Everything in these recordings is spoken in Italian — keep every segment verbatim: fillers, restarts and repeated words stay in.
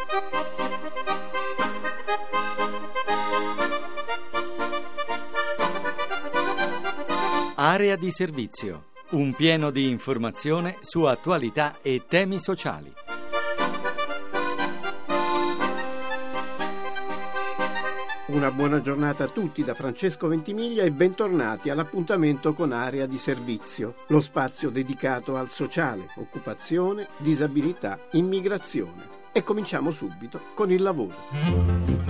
Area di servizio, un pieno di informazione su attualità e temi sociali. Una buona giornata a tutti da Francesco Ventimiglia e bentornati all'appuntamento con Area di Servizio, lo spazio dedicato al sociale, occupazione, disabilità, immigrazione. E cominciamo subito con il lavoro.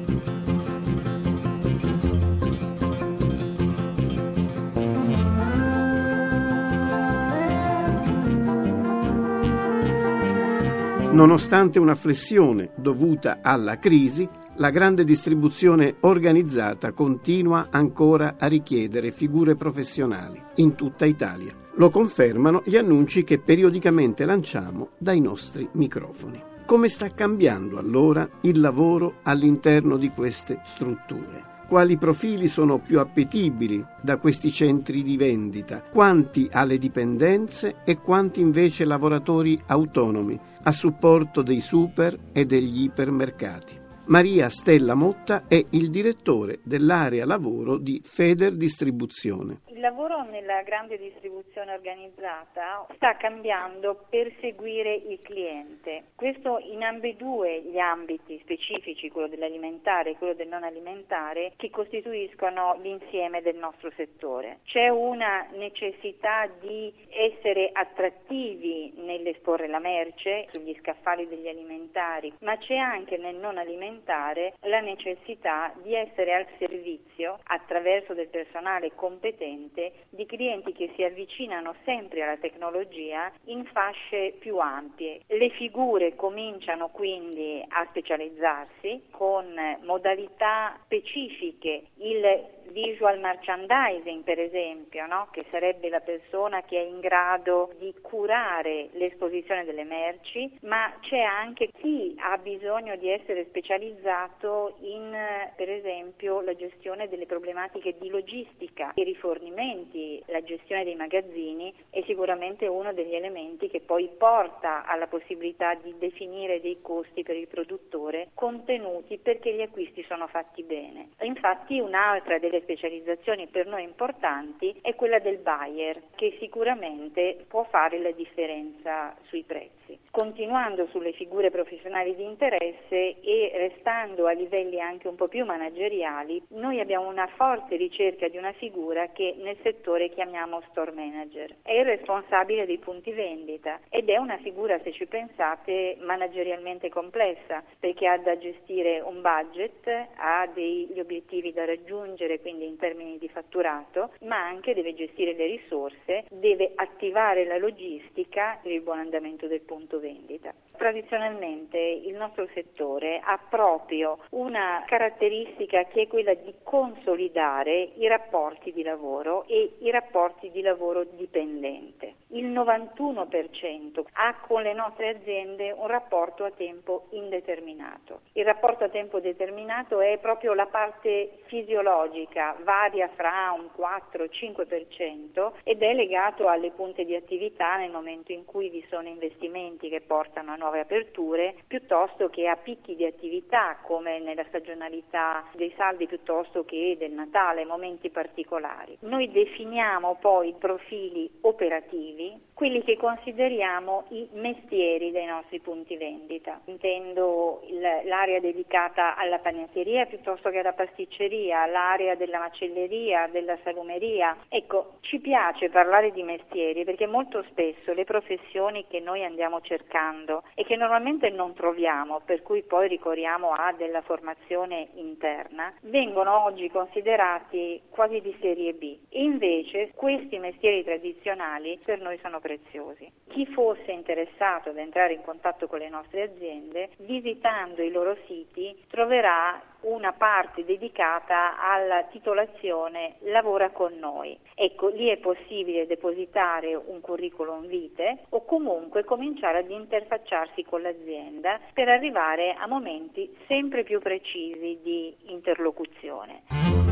Nonostante una flessione dovuta alla crisi, la grande distribuzione organizzata continua ancora a richiedere figure professionali in tutta Italia. Lo confermano gli annunci che periodicamente lanciamo dai nostri microfoni. Come sta cambiando allora il lavoro all'interno di queste strutture? Quali profili sono più appetibili da questi centri di vendita? Quanti alle dipendenze e quanti invece lavoratori autonomi a supporto dei super e degli ipermercati? Maria Stella Motta è il direttore dell'area lavoro di Feder Distribuzione. Il lavoro nella grande distribuzione organizzata sta cambiando per seguire il cliente. Questo in ambedue gli ambiti specifici, quello dell'alimentare e quello del non alimentare, che costituiscono l'insieme del nostro settore. C'è una necessità di essere attrattivi nell'esporre la merce sugli scaffali degli alimentari, ma c'è anche nel non alimentare la necessità di essere al servizio, attraverso del personale competente, di clienti che si avvicinano sempre alla tecnologia in fasce più ampie. Le figure cominciano quindi a specializzarsi con modalità specifiche. Il visual merchandising, per esempio, no? Che sarebbe la persona che è in grado di curare l'esposizione delle merci, ma c'è anche chi ha bisogno di essere specializzato in, per esempio, la gestione delle problematiche di logistica, i rifornimenti, la gestione dei magazzini è sicuramente uno degli elementi che poi porta alla possibilità di definire dei costi per il produttore contenuti perché gli acquisti sono fatti bene. Infatti un'altra delle specializzazioni per noi importanti è quella del buyer, che sicuramente può fare la differenza sui prezzi. Continuando sulle figure professionali di interesse e restando a livelli anche un po' più manageriali, noi abbiamo una forte ricerca di una figura che nel settore chiamiamo store manager. È il responsabile dei punti vendita ed è una figura, se ci pensate, managerialmente complessa, perché ha da gestire un budget, ha degli obiettivi da raggiungere, quindi in termini di fatturato, ma anche deve gestire le risorse, deve attivare la logistica per il buon andamento del punto vendita. Tradizionalmente il nostro settore ha proprio una caratteristica che è quella di consolidare i rapporti di lavoro e i rapporti di lavoro dipendente. Il novantuno per cento ha con le nostre aziende un rapporto a tempo indeterminato. Il rapporto a tempo determinato è proprio la parte fisiologica, varia fra un quattro cinque per cento ed è legato alle punte di attività nel momento in cui vi sono investimenti che portano a nuove aperture, piuttosto che a picchi di attività come nella stagionalità dei saldi piuttosto che del Natale, momenti particolari. Noi definiamo poi profili operativi, quelli che consideriamo i mestieri dei nostri punti vendita. Intendo il, l'area dedicata alla panetteria piuttosto che alla pasticceria, l'area della macelleria, della salumeria. Ecco, ci piace parlare di mestieri perché molto spesso le professioni che noi andiamo cercando e che normalmente non troviamo, per cui poi ricorriamo a della formazione interna, vengono oggi considerati quasi di serie B. E invece questi mestieri tradizionali per noi sono preziosi. Chi fosse interessato ad entrare in contatto con le nostre aziende, visitando i loro siti, troverà una parte dedicata alla titolazione Lavora con noi. Ecco, lì è possibile depositare un curriculum vitae o comunque cominciare ad interfacciarsi con l'azienda per arrivare a momenti sempre più precisi di interlocuzione.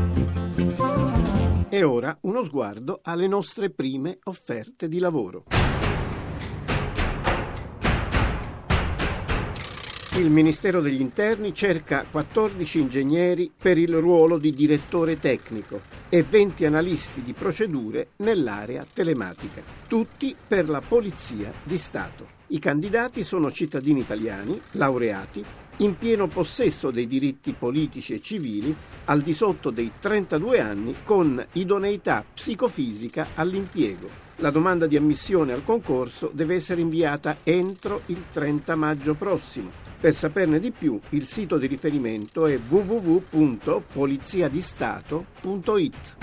E ora uno sguardo alle nostre prime offerte di lavoro. Il Ministero degli Interni cerca quattordici ingegneri per il ruolo di direttore tecnico e venti analisti di procedure nell'area telematica, tutti per la Polizia di Stato. I candidati sono cittadini italiani, laureati, in pieno possesso dei diritti politici e civili, al di sotto dei trentadue anni, con idoneità psicofisica all'impiego. La domanda di ammissione al concorso deve essere inviata entro il trenta maggio prossimo. Per saperne di più, il sito di riferimento è w w w punto polizia di stato punto i t.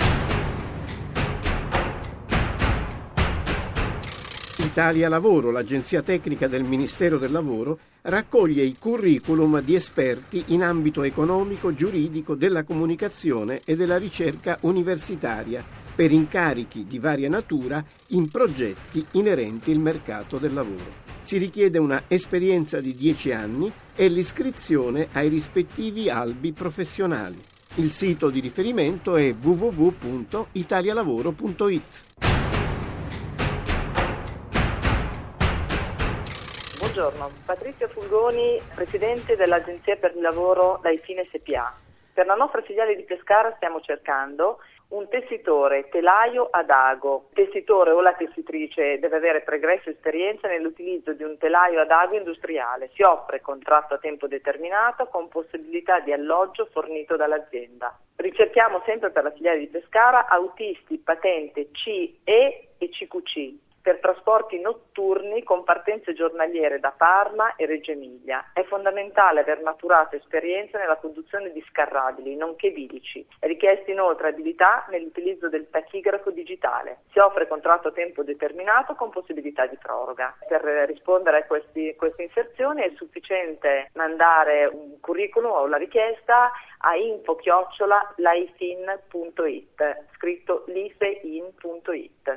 Italia Lavoro, l'agenzia tecnica del Ministero del Lavoro, raccoglie i curriculum di esperti in ambito economico, giuridico, della comunicazione e della ricerca universitaria per incarichi di varia natura in progetti inerenti al mercato del lavoro. Si richiede una esperienza di dieci anni e l'iscrizione ai rispettivi albi professionali. Il sito di riferimento è w w w punto italialavoro punto i t. Buongiorno, Patrizia Fulgoni, presidente dell'Agenzia per il Lavoro Laifin S P A. Per la nostra filiale di Pescara stiamo cercando un tessitore telaio ad ago. Il tessitore o la tessitrice deve avere pregressa esperienza nell'utilizzo di un telaio ad ago industriale. Si offre contratto a tempo determinato con possibilità di alloggio fornito dall'azienda. Ricerchiamo sempre per la filiale di Pescara autisti patente C E e C Q C per trasporti notturni con partenze giornaliere da Parma e Reggio Emilia. È fondamentale aver maturato esperienza nella conduzione di scarrabili, nonché bilici. È richiesta inoltre abilità nell'utilizzo del tachigrafo digitale. Si offre contratto a tempo determinato con possibilità di proroga. Per rispondere a questi, queste inserzioni è sufficiente mandare un curriculum o la richiesta a info chiocciola laifin punto i t, scritto lifein punto i t.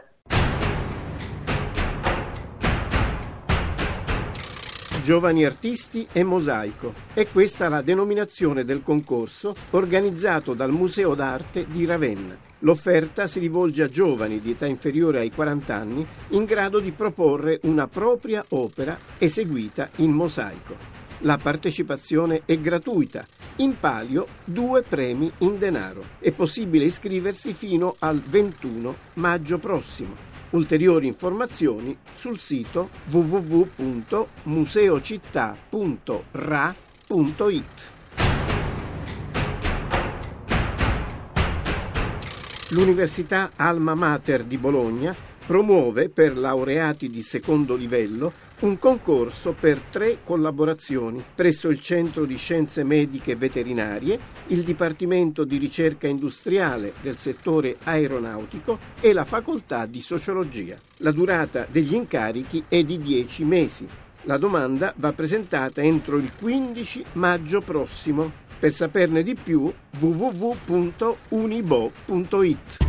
Giovani artisti e mosaico. È questa la denominazione del concorso organizzato dal Museo d'Arte di Ravenna. L'offerta si rivolge a giovani di età inferiore ai quaranta anni in grado di proporre una propria opera eseguita in mosaico. La partecipazione è gratuita. In palio due premi in denaro. È possibile iscriversi fino al ventuno maggio prossimo. Ulteriori informazioni sul sito w w w punto museocittà punto r a punto i t. L'Università Alma Mater di Bologna promuove per laureati di secondo livello un concorso per tre collaborazioni presso il Centro di Scienze Mediche Veterinarie, il Dipartimento di Ricerca Industriale del settore aeronautico e la Facoltà di Sociologia. La durata degli incarichi è di dieci mesi. La domanda va presentata entro il quindici maggio prossimo. Per saperne di più, w w w punto unibo punto i t.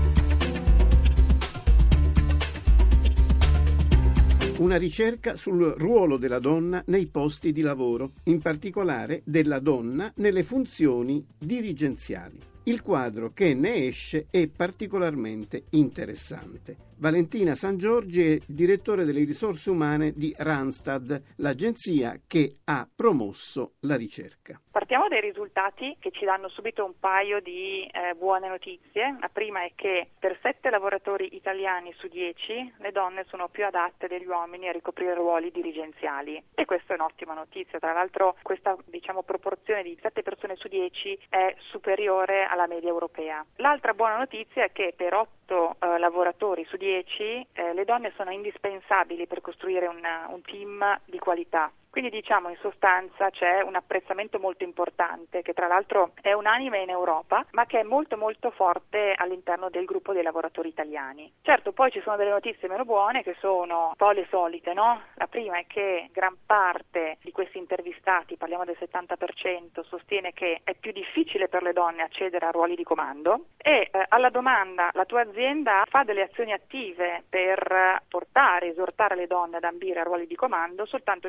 Una ricerca sul ruolo della donna nei posti di lavoro, in particolare della donna nelle funzioni dirigenziali. Il quadro che ne esce è particolarmente interessante. Valentina Sangiorgi è direttore delle risorse umane di Randstad, l'agenzia che ha promosso la ricerca. Partiamo dai risultati che ci danno subito un paio di eh, buone notizie. La prima è che per sette lavoratori italiani su dieci le donne sono più adatte degli uomini a ricoprire ruoli dirigenziali e questa è un'ottima notizia. Tra l'altro questa diciamo proporzione di sette persone su dieci è superiore alla media europea. L'altra buona notizia è che per otto eh, lavoratori su dieci eh, le donne sono indispensabili per costruire una, un team di qualità. Quindi diciamo in sostanza c'è un apprezzamento molto importante che tra l'altro è unanime in Europa ma che è molto molto forte all'interno del gruppo dei lavoratori italiani. Certo poi ci sono delle notizie meno buone che sono un po' le solite, no? La prima è che gran parte di questi intervistati, parliamo del settanta per cento, sostiene che è più difficile per le donne accedere a ruoli di comando e eh, alla domanda la tua azienda fa delle azioni attive per portare, esortare le donne ad ambire a ruoli di comando, soltanto il quaranta per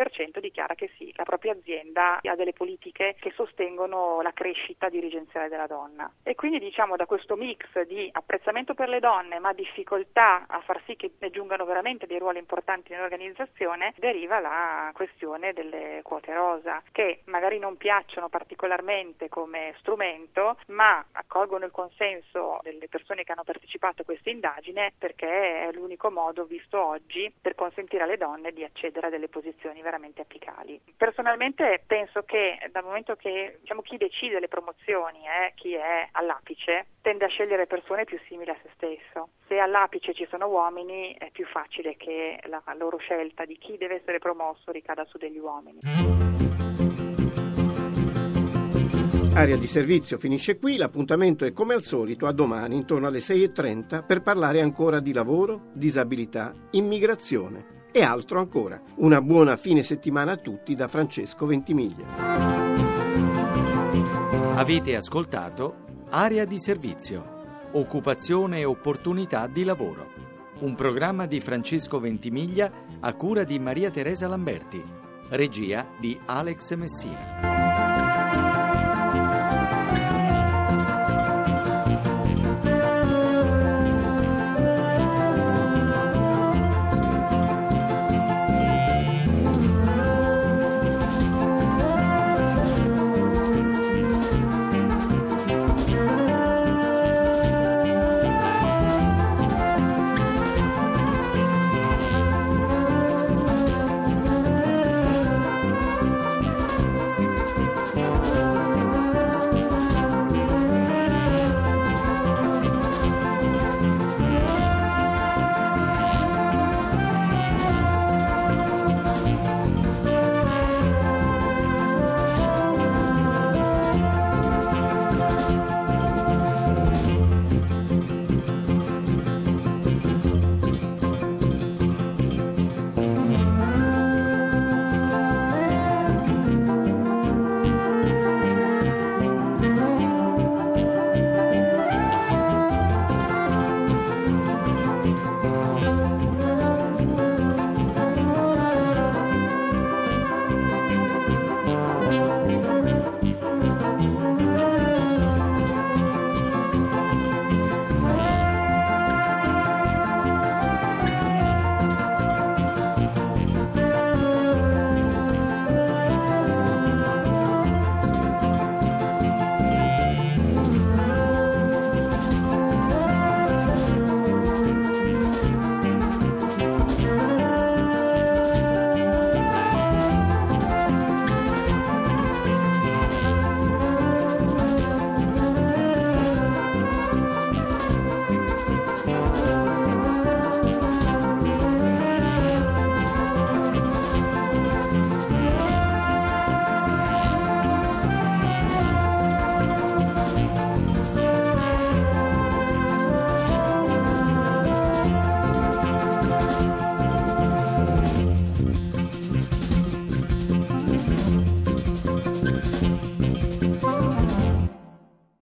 per cento dichiara che sì, la propria azienda ha delle politiche che sostengono la crescita dirigenziale della donna. E quindi diciamo da questo mix di apprezzamento per le donne ma difficoltà a far sì che ne giungano veramente dei ruoli importanti nell'organizzazione deriva la questione delle quote rosa, che magari non piacciono particolarmente come strumento ma accolgono il consenso delle persone che hanno partecipato a questa indagine perché è l'unico modo visto oggi per consentire alle donne di accedere a delle posizioni veramente apicali. Personalmente penso che dal momento che diciamo chi decide le promozioni è chi è all'apice, tende a scegliere persone più simili a se stesso. Se all'apice ci sono uomini è più facile che la loro scelta di chi deve essere promosso ricada su degli uomini. Area di servizio finisce qui, l'appuntamento è come al solito a domani intorno alle sei e trenta per parlare ancora di lavoro, disabilità, immigrazione e altro ancora. Una buona fine settimana a tutti da Francesco Ventimiglia. Avete ascoltato Area di servizio, occupazione e opportunità di lavoro. Un programma di Francesco Ventimiglia a cura di Maria Teresa Lamberti, regia di Alex Messina.